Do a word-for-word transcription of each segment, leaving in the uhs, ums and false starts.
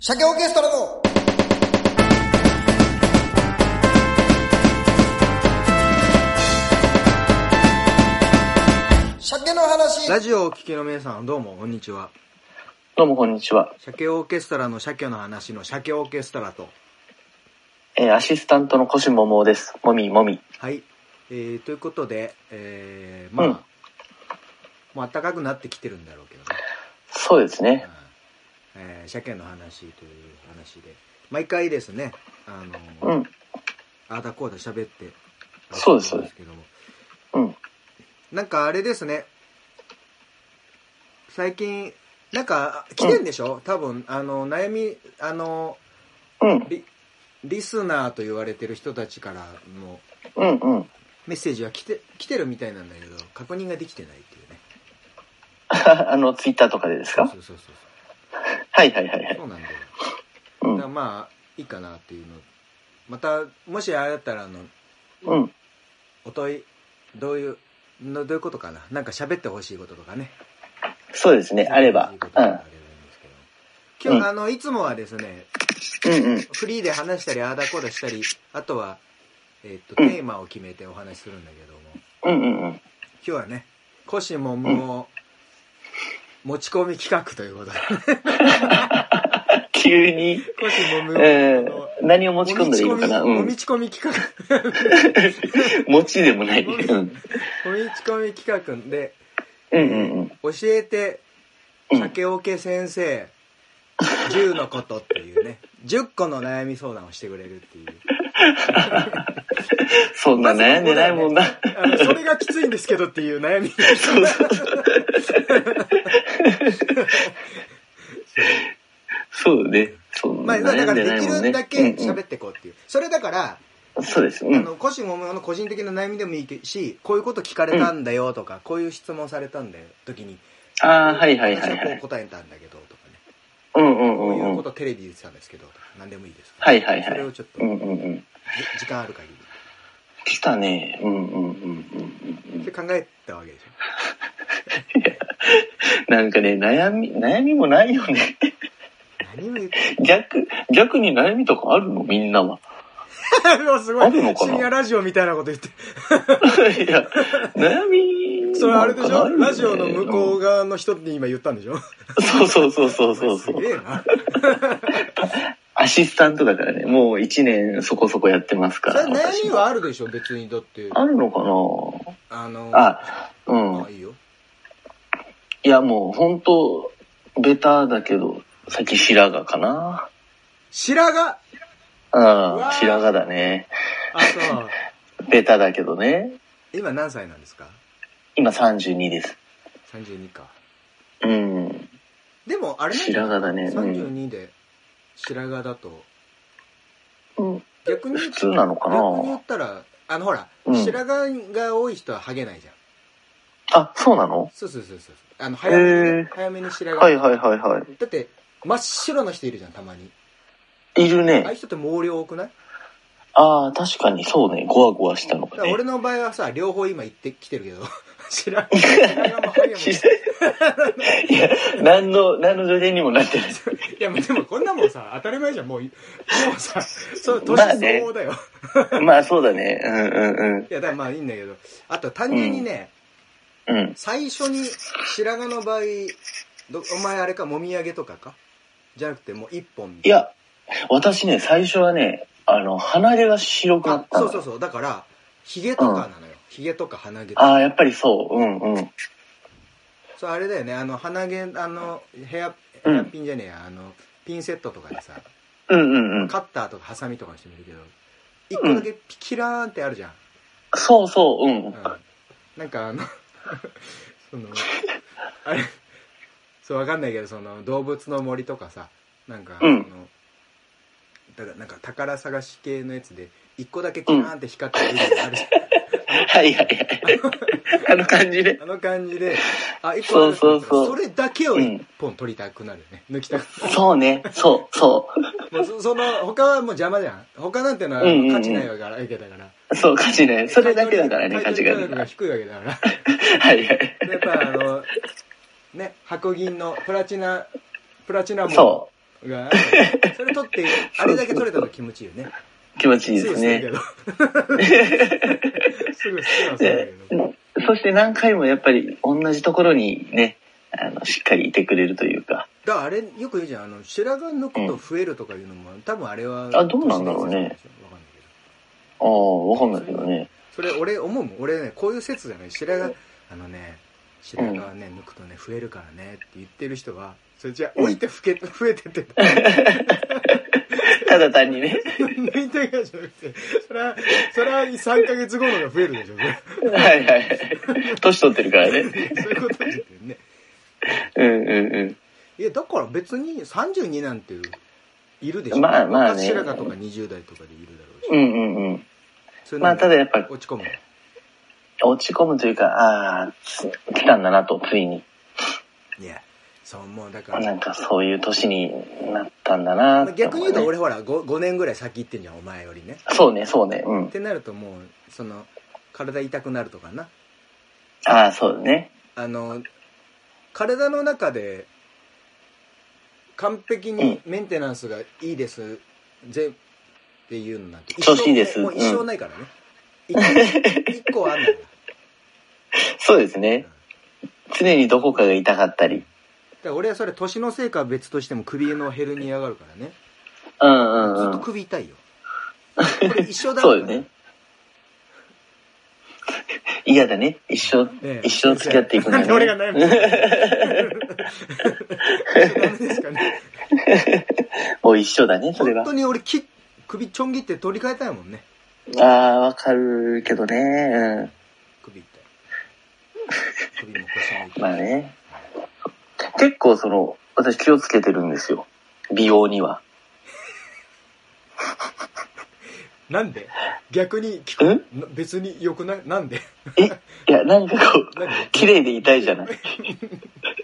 鮭オーケストラの鮭の話。 ラジオをお聞きの皆さん、どうもこんにちは。 どうもこんにちは。 鮭オーケストラの鮭の話の鮭オーケストラと、 えー、アシスタントのコシモモです。もみもみ。 はい、えー、ということで、えー、まあ、うん、もう暖かくなってきてるんだろうけどね。 そうですね。 うん、えー、鮭の話という話で、毎回ですね、あのー、うん、あーだこーだ喋ってそうですそうですけども、うん、 なんかあれですね、最近なんか来てんでしょ、うん、多分あの悩みあの、うん、リ, リスナーと言われてる人たちからのメッセージは来て来てるみたいなんだけど、確認ができてないっていうね。 あのツイッターとかでですか？ そうそうそうそう。 はいはいはいはい。 そうなんだよ。だからまあいいかなっていうの。またもしあれだったらあの、うん、お問いどういうのどういうことかな。なんか喋ってほしいこととかね。 そうですね。あれば。うん。 今日、うん、あのいつもはですね、うんうん、フリーで話したりあーだこーだしたり、あとはえっと、うん、テーマを決めてお話しするんだけども、うんうんうん、今日はね、コシモムを持ち込み企画ということで、 急にコシモムを、 えー、何を持ち込んだらいいのかな。 お持ち込み企画持ちでもない。 お持ち込み企画で、 うんうんうん、 教えて鮭オケ先生じゅうのことっていうね、じゅっこの悩み相談をしてくれるっていう。 そんな悩んでないもんな、 ね、あのそれがきついんですけどっていう悩み。そうそうそうね。そうまあだからできるんだけ喋ってこうっていう。それだから。 そうです。うん、 あのコシモムの個人的な悩みでもいいし、こういうこと聞かれたんだよとか、うん、こういう質問されたんだよ時に、 ああはいはいはいはい。 私はこう答えたんだけどとかね。 うんうんうんうん。 こういうことテレビで言ってたんですけどとか、何でもいいですから。 はいはいはい。 それをちょっと、 うんうんうん、 時間ある限り。 来たね。うんうんうんうんうん。 って考えたわけでしょ。いやなんかね悩み悩みもないよね。 何を言って逆逆に悩みとかあるのみんなは。 すごい。あるのかな。深夜ラジオみたいなこと言って。 いや悩み。 それあれでしょ、ね、ラジオの向こう側の人って今言ったんでしょ。 そうそうそうそうそう。 すげえな。 アシスタントだからね、もう一年そこそこやってますから。 それ悩みはあるでしょ別に。だってあるのかな。 あのあうんあいいよ。 いやもう本当ベタだけどさっき白髪かな。 白髪。 ああ白髪だね。 あそうベタだけどね。 今何歳なんですか？ 今さんじゅうにです。 さんじゅうにか。 うんでもあれなん白髪だね。 さんじゅうにで白髪だと、 うん、 逆に普通なのかな。 逆に言ったらあのほら、うん、白髪が多い人はハゲないじゃん。 あそうなの。 そうそうそうそう。あの早めに、ね、早めに白髪。 はいはいはいはい。 だって真っ白な人いるじゃんたまに。 いるね。 ああいう人って毛量多くない？ ああ確かにそうね。ゴワゴワしたのかね。 俺の場合はさ両方今言ってきてるけど白髪白髪もハゲもいや何の何の助言にもなってない。いやでもこんなもんさ当たり前じゃん。もうもうさそう年相応だよ。 まあ、ね、まあそうだね。うんうんうん。 いやだからまあいいんだけど、あと単純にね、うん、最初に白髪の場合どお前あれかもみあげとかかじゃなくてもう一本。 いや私ね最初はねあの鼻毛が白くなったの。 そうそうそう。だからヒゲとかなのよ、うん、ヒゲとか鼻毛とか。 ああやっぱりそううんうんそうあれだよね。あの鼻毛あのヘアヘアピンじゃねえや、うん、あのピンセットとかでさ、 うんうんうん、 カッターとかハサミとかにしてみるけど一個だけピキラーンってあるじゃん、うん、 そうそううん、うん、 なんかあのそのあれそうわかんないけどその動物の森とかさなんか、うん、そのだからなんか宝探し系のやつで一個だけキラーンって光ってるのがあるじゃん、 うん、はいはいはいあの感じであの感じであ一個あるそうそうそうそれだけを一本取りたくなるよね、うん、抜きたくなる。 そうねそうそうもう そ, その他はもう邪魔じゃん。他なんてのは価値ないわけだから、 うん、そう価値ないそれだけだからね価値が価値が低いわけだからはいはいやっぱあのね白銀のプラチナプラチナもそがそれ撮ってあれだけ撮れたの気持ちいいよね。 気持ちいいですね。 すぐ好きなんですけど。 そして何回もやっぱり同じところにね、あのしっかりいてくれるというか。 だからあれよく言うじゃん、あの白髪抜くと増えるとかいうのも、うん、多分あれはあどうなんだろうね。ああわかんないけどね。 それ俺思うもん。俺ねこういう説じゃない、白髪あのね白髪はね、うん、抜くとね増えるからねって言ってる人はそれじゃあ置いて増え、うん、増えてってただ単にね抜いたからじゃなくてそれはそれはさんかげつごのが増えるでしょはいはい年取ってるからねそういうことですよね。 うんうんうんいやだから別にさんじゅうになんているでしょ。 まあまあね白髪とかにじゅう代とかでいるだろうし。 うんうんうんそれまあただやっぱ落ち込む落ち込むというかああ来たんだなとついにいやそうもうだからなんかそういう年になったんだな、ね、 逆に言うと俺ほら 5, ごねんぐらい先行ってんじゃんお前よりね。 そうねそうねうんってなるともうその体痛くなるとかなああそうだねあの体の中で完璧にメンテナンスがいいです、うん、ぜっていうのなんて調子いいですもう一生ないからね、うん、一個あんないそうですね、うん、常にどこかが痛かったりだから俺はそれ年のせいかは別としても首のヘルニアがあるからねうんうんうんずっと首痛いよこれ一生だそうよね嫌だね一生、ね、一生付き合っていくんだね。なんで俺が悩むダメですかね。 もう一緒だねそれは。 本当に俺き首ちょん切って取り替えたいもんね。 ああわかるけどね、うん、 首痛い。首も腰も痛い。 まあね結構その私気をつけてるんですよ美容には。 なんで逆に聞く別に良くないなんでえいやなんかこう綺麗でいたいじゃない綺麗でいたい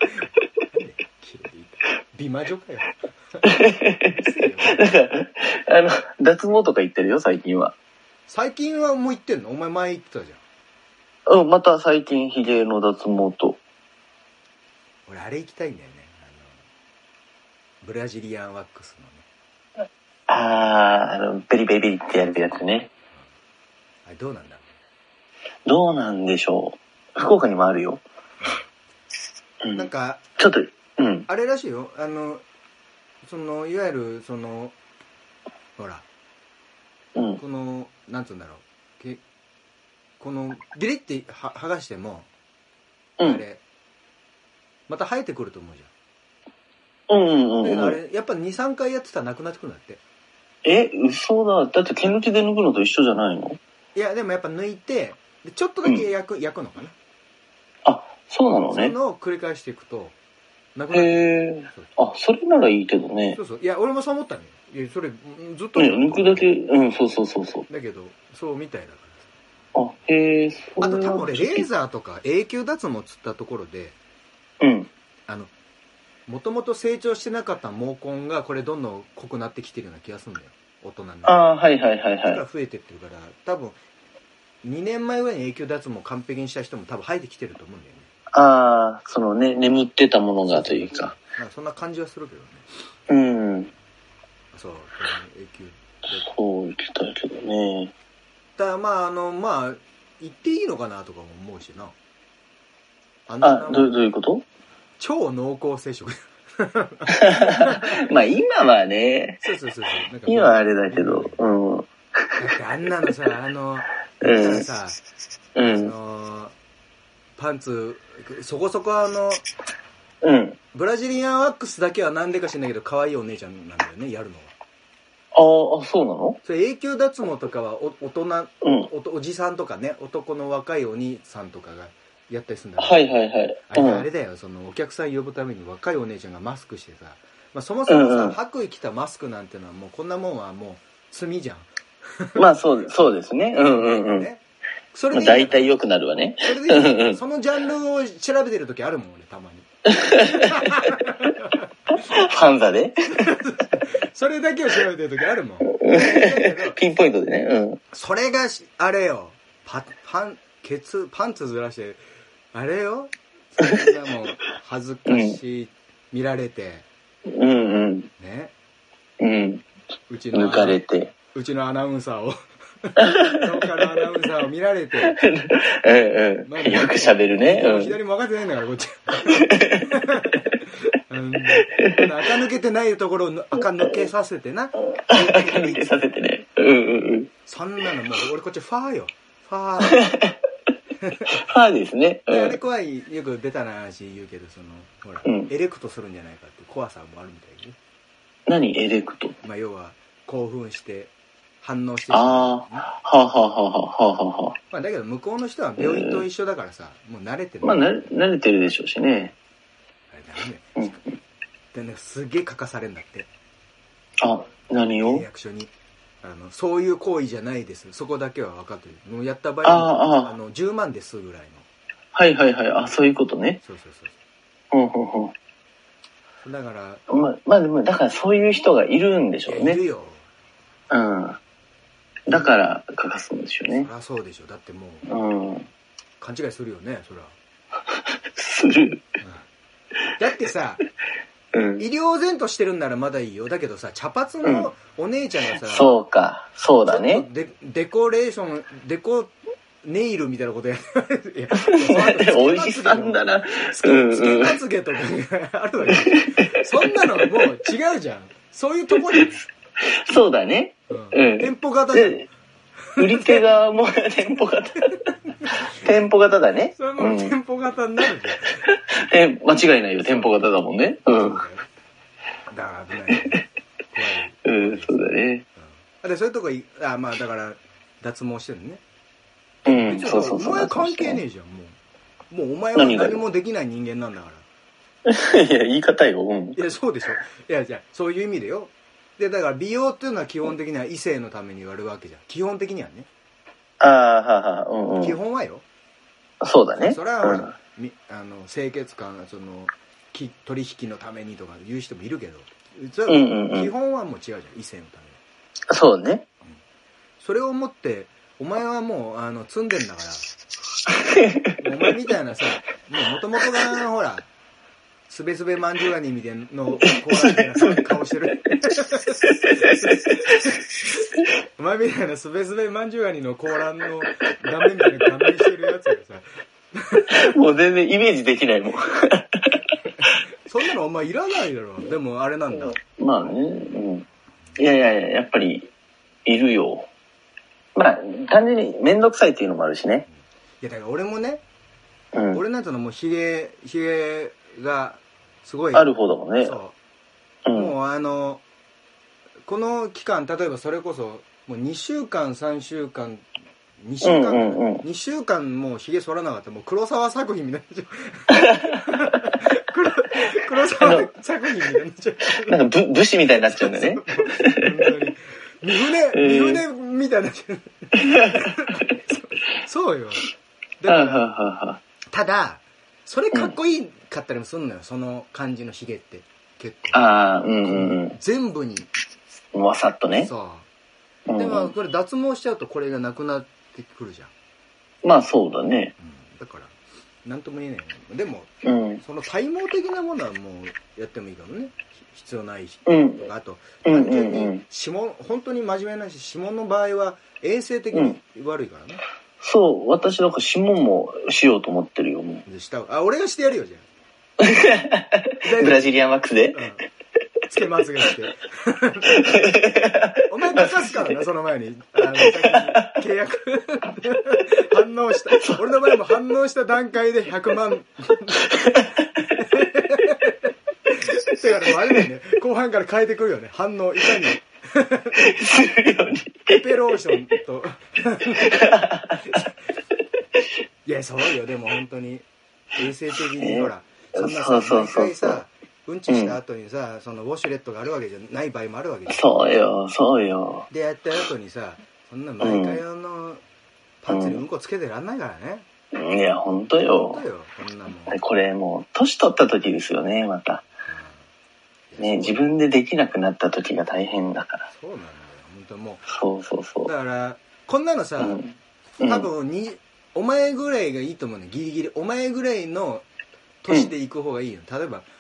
美魔女かよだからあの脱毛とか行ってるよ最近は。 最近はもう行ってんの？お前前行ってたじゃん。うんまた最近ヒゲの脱毛と俺あれ行きたいんだよねあのブラジリアンワックスのねああ、あの、ベリベリベリってやるやつね。 あれどうなんだどうなんでしょう。福岡にもあるよ。 うん、なんか、 ちょっと、うん。 あれらしいよ。あの、その、いわゆる、その、ほら、 うん、 この、なんつうんだろう。けこの、ビリっては剥がしても、 うん、 あれ、また生えてくると思うじゃん。うんうんうん、うん。 だけどあれ、やっぱに、さんかいやってたらなくなってくるんだって。 え、嘘だ。だって毛抜きで抜くのと一緒じゃないの？ いやでもやっぱ抜いてちょっとだけ焼く、うん、焼くのかな。 あ、そうなのね。 そういうのを繰り返していくとなくなる。 へえ。あ、それならいいけどね。 そうそう。いや俺もそう思ったのよ。いやそれずっとね抜くだけうんそうそうそうそう。 だけどそうみたいだからさ。あへえ。 あと多分俺レーザーとか永久脱毛つったところで、 うん。 あのもともと成長してなかった毛根がこれどんどん濃くなってきてるような気がするんだよ。大人になる。 ああはいはいはいはい。 だから増えてってるから多分にねんまえぐらいに永久脱毛完璧にした人も多分生えてきてると思うんだよね。 ああそのね眠ってたものがというか。 なんかそんな感じはするけどね。 うん。 そう永久。 そう言ってたけどね。 だまああのまあ言っていいのかなとかも思うしな。 あんなあど, どういうこと？ 超濃厚接触。 まあ今はね。 そうそうそうそう。なんか今はあれだけど。うん。 だってあんなのさあの言ったらさ、 うん、 あのパンツそこそこあの、 うん、 ブラジリアンワックスだけはなんでか知らないけど可愛いお姉ちゃんなんだよねやるのは。 ああそうなの？ それ永久脱毛とかはお大人、うん、お, おじさんとかね男の若いお兄さんとかがやったりするんだけど、 はいはいはい。 あれ、うん、あれだよそのお客さん呼ぶために若いお姉ちゃんがマスクしてさ、まあ、そもそもさ、うんうん、白衣着たマスクなんてのはもうこんなもんはもう罪じゃん。 まあそうそうですね。うんうんうん。ね、それで大体良くなるわね。 それでいいそのジャンルを調べてる時あるもん俺たまに。 ファンザでそれだけを調べてる時あるもん。 ピンポイントでね。うん。 それがあれよ。パパンケツパンツずらしてあれよ。そんなもん恥ずかしい、うん、見られて。 うんうん。 ね。 うん。 うちの抜かれて。 うちのアナウンサーを。ローカルアナウンサーを見られて。 うんうん。まあ、よく喋るね。 うん。左も分かってないんだから、こっち。うん、垢抜けてないところを垢抜けさせてな。 垢抜けさせてね。うんうんうん。 そんなのもう、俺こっちファーよ。ファー。 ファーですね。 うん、あれ怖い、よくベタな話言うけど、その、ほら、うん、エレクトするんじゃないかって怖さもあるみたいで、ね。 何エレクト？ まあ、要は、興奮して、反応してしまう、ね。ああ、はあはあはあはあはあ。 まあ、だけど向こうの人は病院と一緒だからさ、もう慣れてる。 まあ、慣れてるでしょうしね。 あれだね。うん、でね、すげえ書かされるんだって。 あ、何を？ 契約書に。あのそういう行為じゃないです。そこだけは分かってる。もうやった場合はあのじゅうまんですぐらいの。 はいはいはい。あ、そういうことね。 そうそうそう。 ほうほうほう。だから。 まあ、まあでもだからそういう人がいるんでしょうね。 いるよ。 うん。だから書かすんでしょうね。 そりゃそうでしょ。だってもう。 うん。 勘違いするよね。そりゃ。 する、うん。 だってさ。 うん、 医療然としてるんならまだいいよ。だけどさ、茶髪のお姉ちゃんがさ、うん、 そうか、そうだね。 デ, デコレーション、デコネイルみたいなことやる。いや、 おじさんだな。 つけまつげとかあるわけ。そんなのもう違うじゃん。そういうとこに。 そうだね。 うん。店舗型じゃん。 売り手がもう店舗型。店舗型だね。 それも店舗型になるじゃん。 え、間違いないよ。店舗型だもんね。うん。 だから危ない、ね。 怖い。うん、そうだね。 うん、で、そういうとこい、あ、まあだから脱毛してるのね。 うん、そうそうそう。 お前関係ねえじゃん、もう。もうお前は何もできない人間なんだから。 いや、言い方よ。うん。 いや、そうでしょ。いや、じゃあ、そういう意味でよ。で、だから美容っていうのは基本的には異性のために言われるわけじゃん。基本的にはね。 ああ、はは、うんうん。 基本はよ。 そうだね。 それは、うん、あの清潔感、その取引のためにとか言う人もいるけど、それは基本はもう違うじゃん、異性のために。 そうね、 うん。それを思ってお前はもうあの積んでんだから。お前みたいなさ、もともとがほらすべすべまんじゅうガニみたいなのこうみたいな顔してる。お前みたいなすべすべまんじゅうガニの甲羅の断面みたいな顔してるやつがさ。 もう全然イメージできないもん。 そんなのお前いらないだろ。でもあれなんだ。 まあね、うん。いやいやいや、やっぱりいるよ。まあ単純に面倒くさいっていうのもあるしね。 いやだから俺もね、 うん、 俺なんてのもうヒゲヒゲがすごいある方だもんね。 そう。うん、もうあのこの期間、例えばそれこそもうにしゅうかんさんしゅうかんにしゅうかん、うんうんうん、にしゅうかんもうひげ剃らなかったらもう黒沢作品みたいになっちゃう。黒, 黒沢作品みたいになっちゃう。 なんか武士みたいになっちゃうんだね。 本当に三船、三船みたいになっちゃう。そ, そうよ。でもただそれかっこいいかったりもするのよ、その感じのひげって結構。 ああ、うんうん。 全部にわさっとね。 そう。でもこれ脱毛しちゃうとこれがなくなってくるじゃん。 まあそうだね。 うん、だからなんとも言えない。でも、 うん、 その体毛的なものはもうやってもいいかもね。必要ないし、 うん、 とかあと単純に指紋、本当に真面目なし指紋の場合は衛生的に悪いからね。うん、 そう、私なんか指紋もしようと思ってるよ。もうしたあ、俺がしてやるよじゃあ。ブラジリアンワックスで。うん、 つけまつげしてお前かかすからな、その前にあの契約反応した俺の前も反応した段階でひゃくまんだからもうあれだよね、後半から変えてくるよね、反応いかにするようにペペローションといやそうよ。でも本当に衛生的にほら、そんなさ毎回さうんちした後にさ、うん、そのウォシュレットがあるわけじゃない場合もあるわけじゃん。 そうよそうよ。 でやった後にさ、そんな毎回あの、うん、パンツにうんこつけてらんないからね。 うん、いや本当よ。 本当よ、こんなもん。 これもう年取った時ですよね、また。うん、ね、自分でできなくなった時が大変だから。 そうなんだよ本当もう。 そうそうそう。 だからこんなのさ、うん、多分にお前ぐらいがいいと思うね。ギリギリお前ぐらいの年で行く方がいいよ。例えば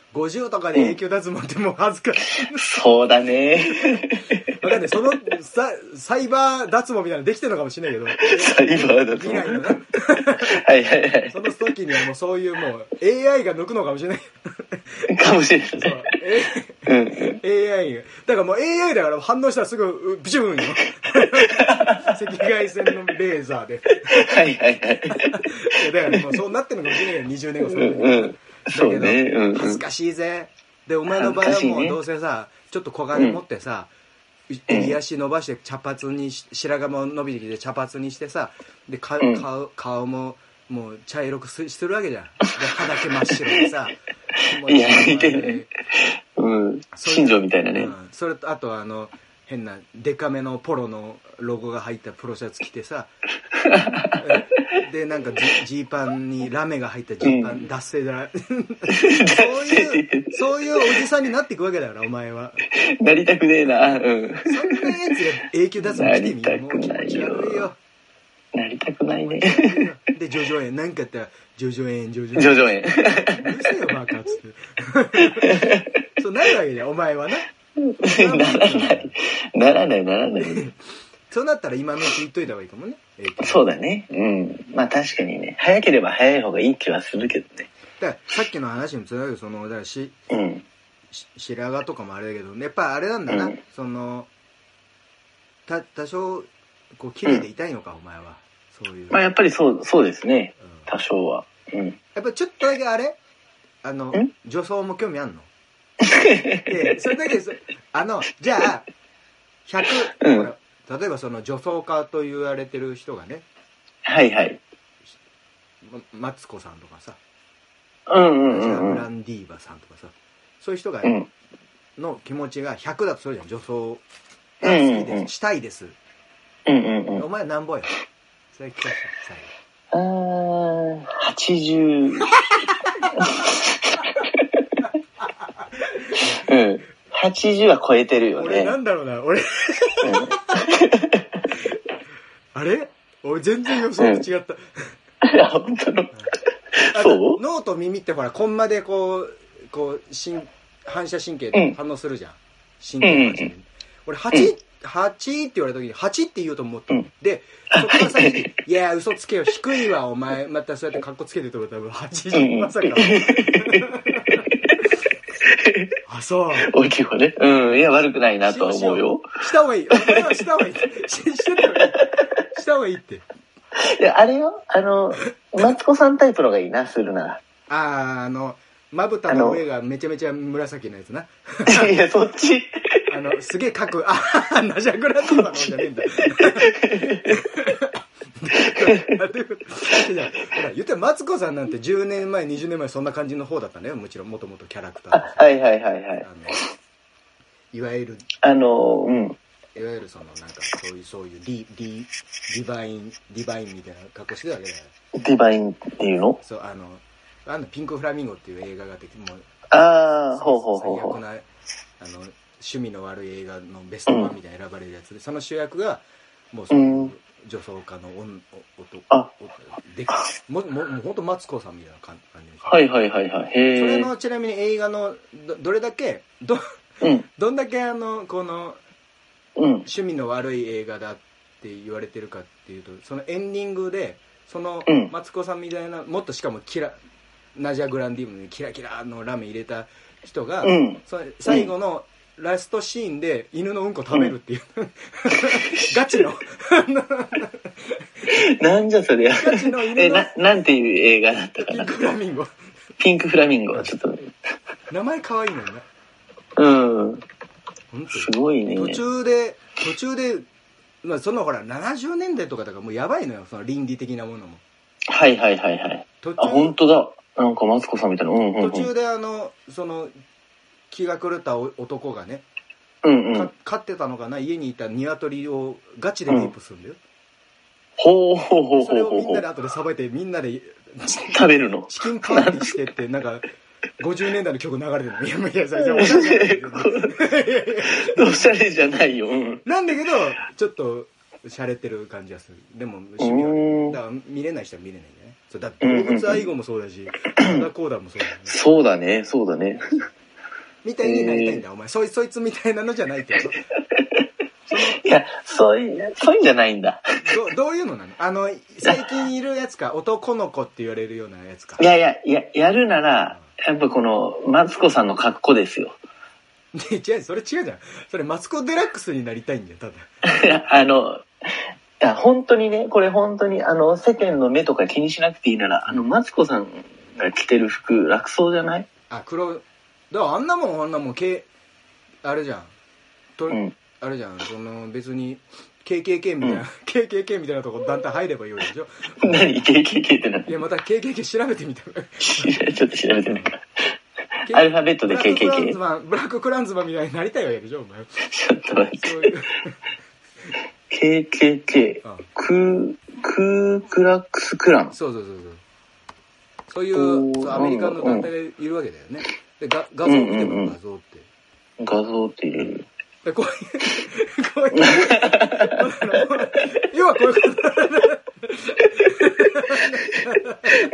ごじゅうとかで永久脱毛ってもう恥ずかしい、 うん、そうだね。 分かんない、そのササイバー脱毛みたいなのできてるのかもしれないけど、 サイバー脱毛未来のなはいはいはい、 その時にはもうそういうもう エーアイ が抜くのかもしれないかもしれない、そう、 うん、エーアイ がだからもう エーアイ だから反応したらすぐビシューンよ赤外線のレーザーではいはいはいだからもうそうなってるのかもしれないけどにじゅうねんご、さんねんご、 うん、そうね、うん、 恥ずかしいぜ。でお前の場合はもうどうせさ、ちょっと小金持ってさ、襟足伸ばして茶髪にし白髪も伸びてきて茶髪にしてさ、でか、うん、顔, 顔ももう茶色くすするわけじゃん。で歯だけ真っ白でさいや似てる、うん、新庄みたいなね、 うん、それとあとあの変なデカめのポロのロゴが入ったプロシャツ着てさでなんかジーパンにラメが入ったジーパン、うん、脱製だそういうそういうおじさんになっていくわけだからお前はなりたくねえな、うん、 そんなやつが永久脱毛してみる、もう気持ち悪いよ、 なりたくないねでジョジョ園なんかあったらジョジョ園ジョジョ園ジョジョ園うるせえよバカっつってそうなるわけじゃんお前はなならないならないならないそうなったら今のうち言っといた方がいいかもね。 そうだね。うん。まあ確かにね。早ければ早い方がいい気はするけどね。 だからさっきの話につながるそのだからし、うん、し白髪とかもあれだけどやっぱあれなんだな。うん、そのた多少こう綺麗でいたいのか、うん、お前はそういう。 まあやっぱりそうそうですね。うん、多少は。うん。 やっぱちょっとだけあれあの女装も興味あんの？でそれだけあのじゃあひゃく、うん、例えばその女装家と言われてる人がね、 はいはい、 マツコさんとかさ、 うんうんうんうん、 ブランディーバさんとかさ、そういう人が、うん、の気持ちがひゃくだとするじゃん。女装が好きです、うんうん、したいです、 うんうんうん、 お前なんぼやそれ聞かせて最後。あーはちじゅううん、はちじゅうは超えてるよね。 俺なんだろうな俺、うん、あれ俺全然予想と違った、 うん、いや本当のそう脳と耳ってほらコンマでこうこう反射神経で反応するじゃん、うん、神経反射、うん、俺 はち,、うん、はちって言われた時にはちって言おうと思った、うん、でそこから先にいや嘘つけよ低いわお前またそうやってカッコつけてると思ったらはちじゅうまさか、うんあ、そう。 大きい方ね。うん。いや、悪くないなとは思うよ。 した方がいい。俺はした方がいい。した方がいい。した方がいいって。いや、あれよ。あの、マツコさんタイプのがいいな、するなら。ああ、あの、まぶたの上がめちゃめちゃ紫のやつな。 いや、そっち。 あの、すげえ描く。あナジャグラとかのじゃねえんだ。言ってマツコさんなんてじゅうねんまえにじゅうねんまえそんな感じの方だったね。もちろんもともとキャラクターあはいはいはいはい、あのいわゆるあのうんいわゆるそのなんかそういうそういうリリリバインリバインみたいな格好してたわけだよ。 ディバインっていうの？ そうあのあのピンクフラミンゴっていう映画があってもうああほうほうほうほう最悪なあの趣味の悪い映画のベストワンみたいな選ばれるやつで、うん、その主役がもうその、うん女装家の女あでもももうほんとマツコさんみたいな感じではいはいはいはいへそれのちなみに映画の ど, どれだけ ど,、うん、どんだけあのこの、うん、趣味の悪い映画だって言われてるかっていうとそのエンディングでそのマツコさんみたいなもっとしかもキラナジャグランディウムにキラキラのラメ入れた人が、うん、その最後の、うんラストシーンで犬のうんこ食べるっていう、うん、ガチのなんじゃそりゃガチの犬のえななんていう映画だったかな。 ピンクフラミンゴピンクフラミンゴちょっと名前可愛いのになうんすごいね。 途中で途中でまあそのほらななじゅうねんだいとかだからもうやばいのよその倫理的なものもはいはいはいはいあ本当だなんかマツコさんみたいな、うんうんうん、 途中であのその気が狂った男がね、 うんうん、 飼ってたのかな家にいた鶏をガチでレイプするんだよ、うん、 ほうほうほうほうほうそれをみんなで後でさばいてみんなで食べるのチキンパーティーしてってなんかごじゅうねんだいの曲流れてるのいやいやそれおしゃれおしゃれじゃないよ、うん、 なんだけどちょっと洒落てる感じがするでも趣味はだから見れない人は見れないんじゃないそうだって動物愛護もそうだし、コダコーダもそうだよね。 そうだね、そうだね。 みたいになりたいんだ、えー、お前。そい、そいつみたいなのじゃないけど。 いや、そういう、そういうんじゃないんだ。 ど, どういうのなの？あの、最近いるやつか、男の子って言われるようなやつか。 いやいや、や、やるなら、やっぱこの、マツコさんの格好ですよ。 違う、それ違うじゃん。それマツコデラックスになりたいんだよ、ただ。あの、いや、本当にね、これ本当に、あの、世間の目とか気にしなくていいなら、あの、マツコさんが着てる服、楽そうじゃない？ あ、黒、だからあんなもん、あんなもん、けあれじゃん。と、うん、あれじゃん、その、別に、ケーケーケー みたいな、うん、ケーケーケー みたいなとこ団体入ればいいわけでしょ。 何 ケーケーケー って何？ いや、また ケーケーケー 調べてみたら。 ちょっと調べてみたら。アルファベットで ケーケーケー。 ブラッククランズマンみたいになりたいわけでしょ、お前。 ちょっと待って。そういう ケーケーケー、ああクー、クークラックスクラン。 そうそうそうそう。そういうそうアメリカの団体がいるわけだよね。で、が画像見ても画像って。 うんうんうん、画像って入れる。 でこういう、こういう、要はこういうこと。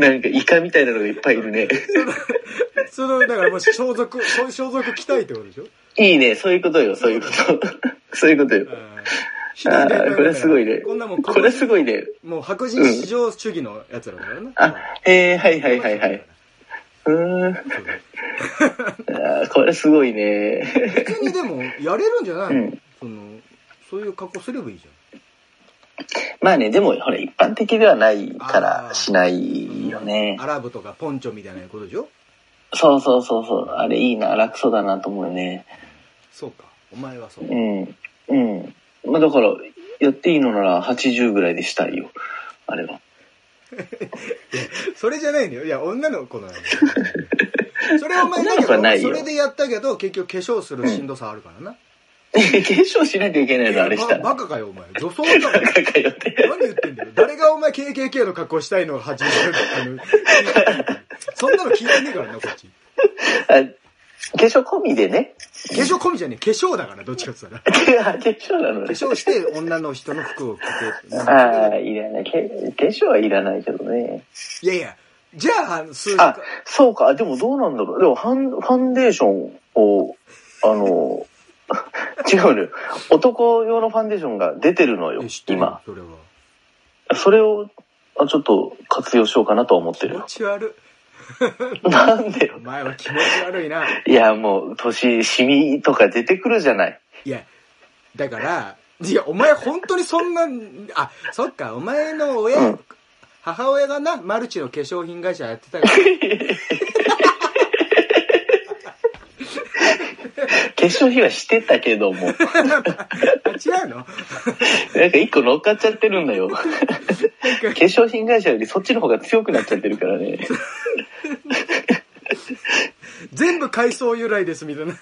なんかイカみたいなのがいっぱいいるね。 その、だからもう装束、そういう装束着たいってことでしょ？ いいね、そういうことよ、そういうこと。そういうことよ。ああ、これすごいね。 こんなもん、 これすごいね。 もう白人至上主義のやつらだからな。うん、 あ、へえ、はいはいはいはい。うーん。あこれすごいね。 別にでも、やれるんじゃないの、うん、その、そういう格好すればいいじゃん。 まあね、でも、ほら、一般的ではないからしないよね。 アラブとかポンチョみたいなことでしょ？ そうそうそうそう。あれいいな、楽そうだなと思うよね。 そうか。お前はそう。 うん。うん。まあだから、やっていいのならはちじゅうぐらいでしたいよ。あれは。 それじゃないのよ。いや、女の子なのよ。それはお前だけど、それでやったけど、結局化粧するしんどさあるからな。うん化粧しなきゃいけないのあれしたら。 バカかよお前。女装だから。 バカかよって。 何言ってんだよ。誰がお前 ケーケーケー の格好したいのが始めるのそんなの聞いてねえからなこっち。 あ化粧込みでね。 化粧込みじゃねえ。化粧だからどっちかって言ったら。化粧なのね。 化粧して女の人の服を着て。 ああいらない。化粧はいらないけどね。 いやいや。じゃあ数あそうか。でもどうなんだろう。でもファンファンデーションをあの。違うのよ。男用のファンデーションが出てるのよ、今。 それは。 それを、あ、ちょっと活用しようかなとは思ってる。 気持ち悪い。なんでよ。 お前は気持ち悪いな。 いや、もう、年、シミとか出てくるじゃない。 いや、だから、いや、お前本当にそんな、あ、そっか、お前の親、うん、母親がな、マルチの化粧品会社やってたから。 化粧品はしてたけども。違うの？なんか一個乗っかっちゃってるんだよ。化粧品会社よりそっちの方が強くなっちゃってるからね。 全部海藻由来ですみたいな。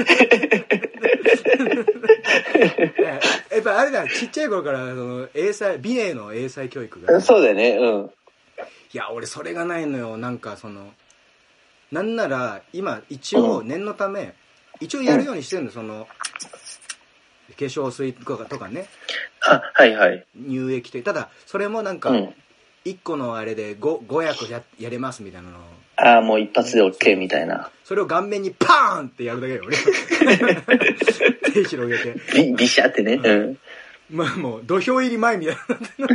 やっぱあれだ、ちっちゃい頃からその英才、美瑛の英才教育が、 ね。そうだよね、うん。 いや、俺それがないのよ。なんかその、なんなら今一応念のため、うん一応やるようにしてるんだ、うん、その化粧水とかとかね。 あ、はいはい。 乳液ってただそれもなんか一個のあれで 5, 5役 や, やれますみたいなの。 ああもう一発で OK みたいな。 それを顔面にパーンってやるだけよ俺。手広げて。 ビビシャってね。うん。うんまあもう土俵入り前みたいな。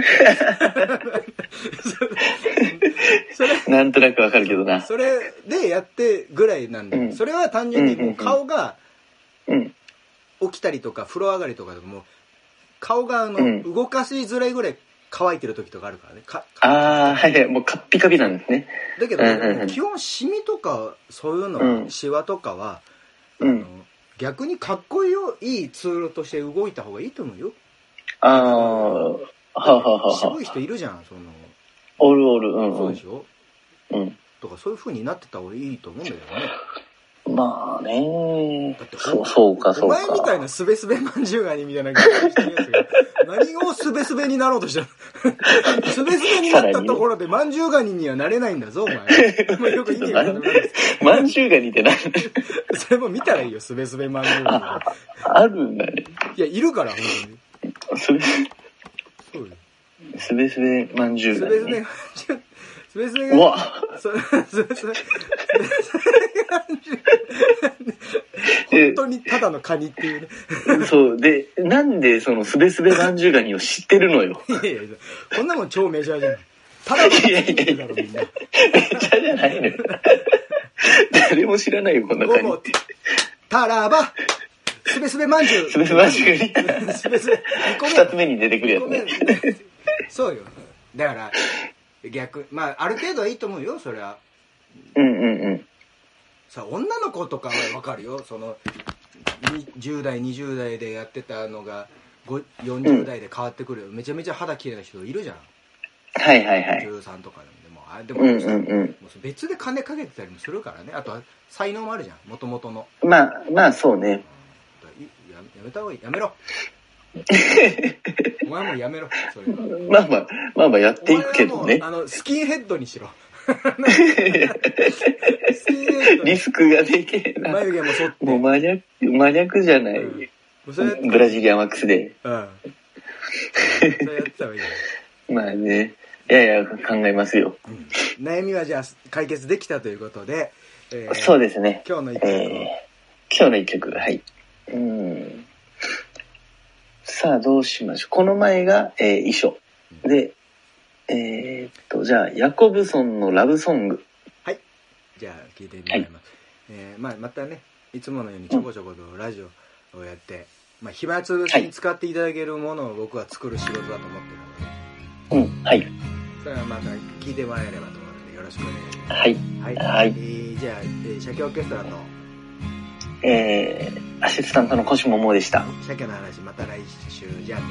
それなんとなくわかるけどな。 それでやってぐらいなんだ、うん、それは単純にもう顔が起きたりとか風呂上がりとかでも顔があの動かしづらいぐらい乾いてる時とかあるからね。かああはいはいもうカッピカピなんですね。 だけど、うんうんうん、基本シミとかそういうの、うん、シワとかは、うん、あの逆にかっこいいツールとして動いた方がいいと思うよ。 ああはははは。 渋い人いるじゃんその。 おるおるうん、うん。 そうでしょ。 うん。 とかそういう風になってた方がいいと思うんだよね。 まあねだってそうそうかそうか。 お前みたいなスベスベまんじゅうガニみたいな感じしてるやつが何をスベスベになろうとしたの。スベスベになったところでまんじゅうガニにはなれないんだぞお前。お前よく意味が分かんない。 まんじゅうガニって何？ それも見たらいいよスベスベまんじゅうガニ。あ, あるんだね。 いやいるから本当に。スベそうよ。スベスベまんじゅうガニ、ね。 スベスベまんじゅう。スすべすべうわそれ、すべすべ、本当にただのカニっていうね。 そう。で、なんでそのすべすべまんじゅうガニを知ってるのよ。 いやいや、こんなもん超メジャーじゃない。ただのカニって言うだろ、みんな。 メジャーじゃないのよ。誰も知らないよ、こんなカニって。 タラバすべすべまんじゅう。 すべすべまんじゅうガニ。 すべすべ。 二つ目に出てくるやつね。 そうよ。だから、逆、まあ、ある程度はいいと思うよ、それは。 うんうんうん。 さ、女の子とかはわかるよ。その、じゅう代、にじゅう代でやってたのが、よんじゅう代で変わってくるよ。めちゃめちゃ肌綺麗な人いるじゃん。 はいはいはい。 女優さんとかでも。あでも、 うんうんうん、もう別で金かけてたりもするからね。あとは才能もあるじゃん、もともとの。 まあまあそうね。 や, やめた方がいい。やめろ。お前もやめろ。それまあまあまあまあやっていくけどね。 あのスキンヘッドにしろ。 リスクがでけえな。 眉毛も剃って。 もう真逆真逆じゃない。うん、ブラジリアンワックスで。 うん。それやってた方がいいよ。 まあね。いやいや考えますよ、 うん、悩みはじゃあ解決できたということで、 えー、そうですね。 今日の一曲、 えー、今日の一曲、はい。うん。さあどうしましょう。この前が、えー、遺書で、えー、っとじゃあヤコブソンのラブソング。 はい。じゃあ聞いてみます。はい、えー、まあまたね、いつものようにちょこちょことラジオをやって、うん、まあ暇つぶしに使っていただけるものを僕は作る仕事だと思ってるので。 うん、はい。 それはまた聞いてもらえればと思うのでよろしくお願いします。 はい。 はい。 はい、 えー、じゃあ、えー、鮭オーケストラと、 えー、アシスタントのコシモモでした。 鮭の話、また来週、じゃあね。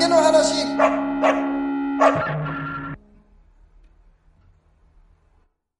けの話。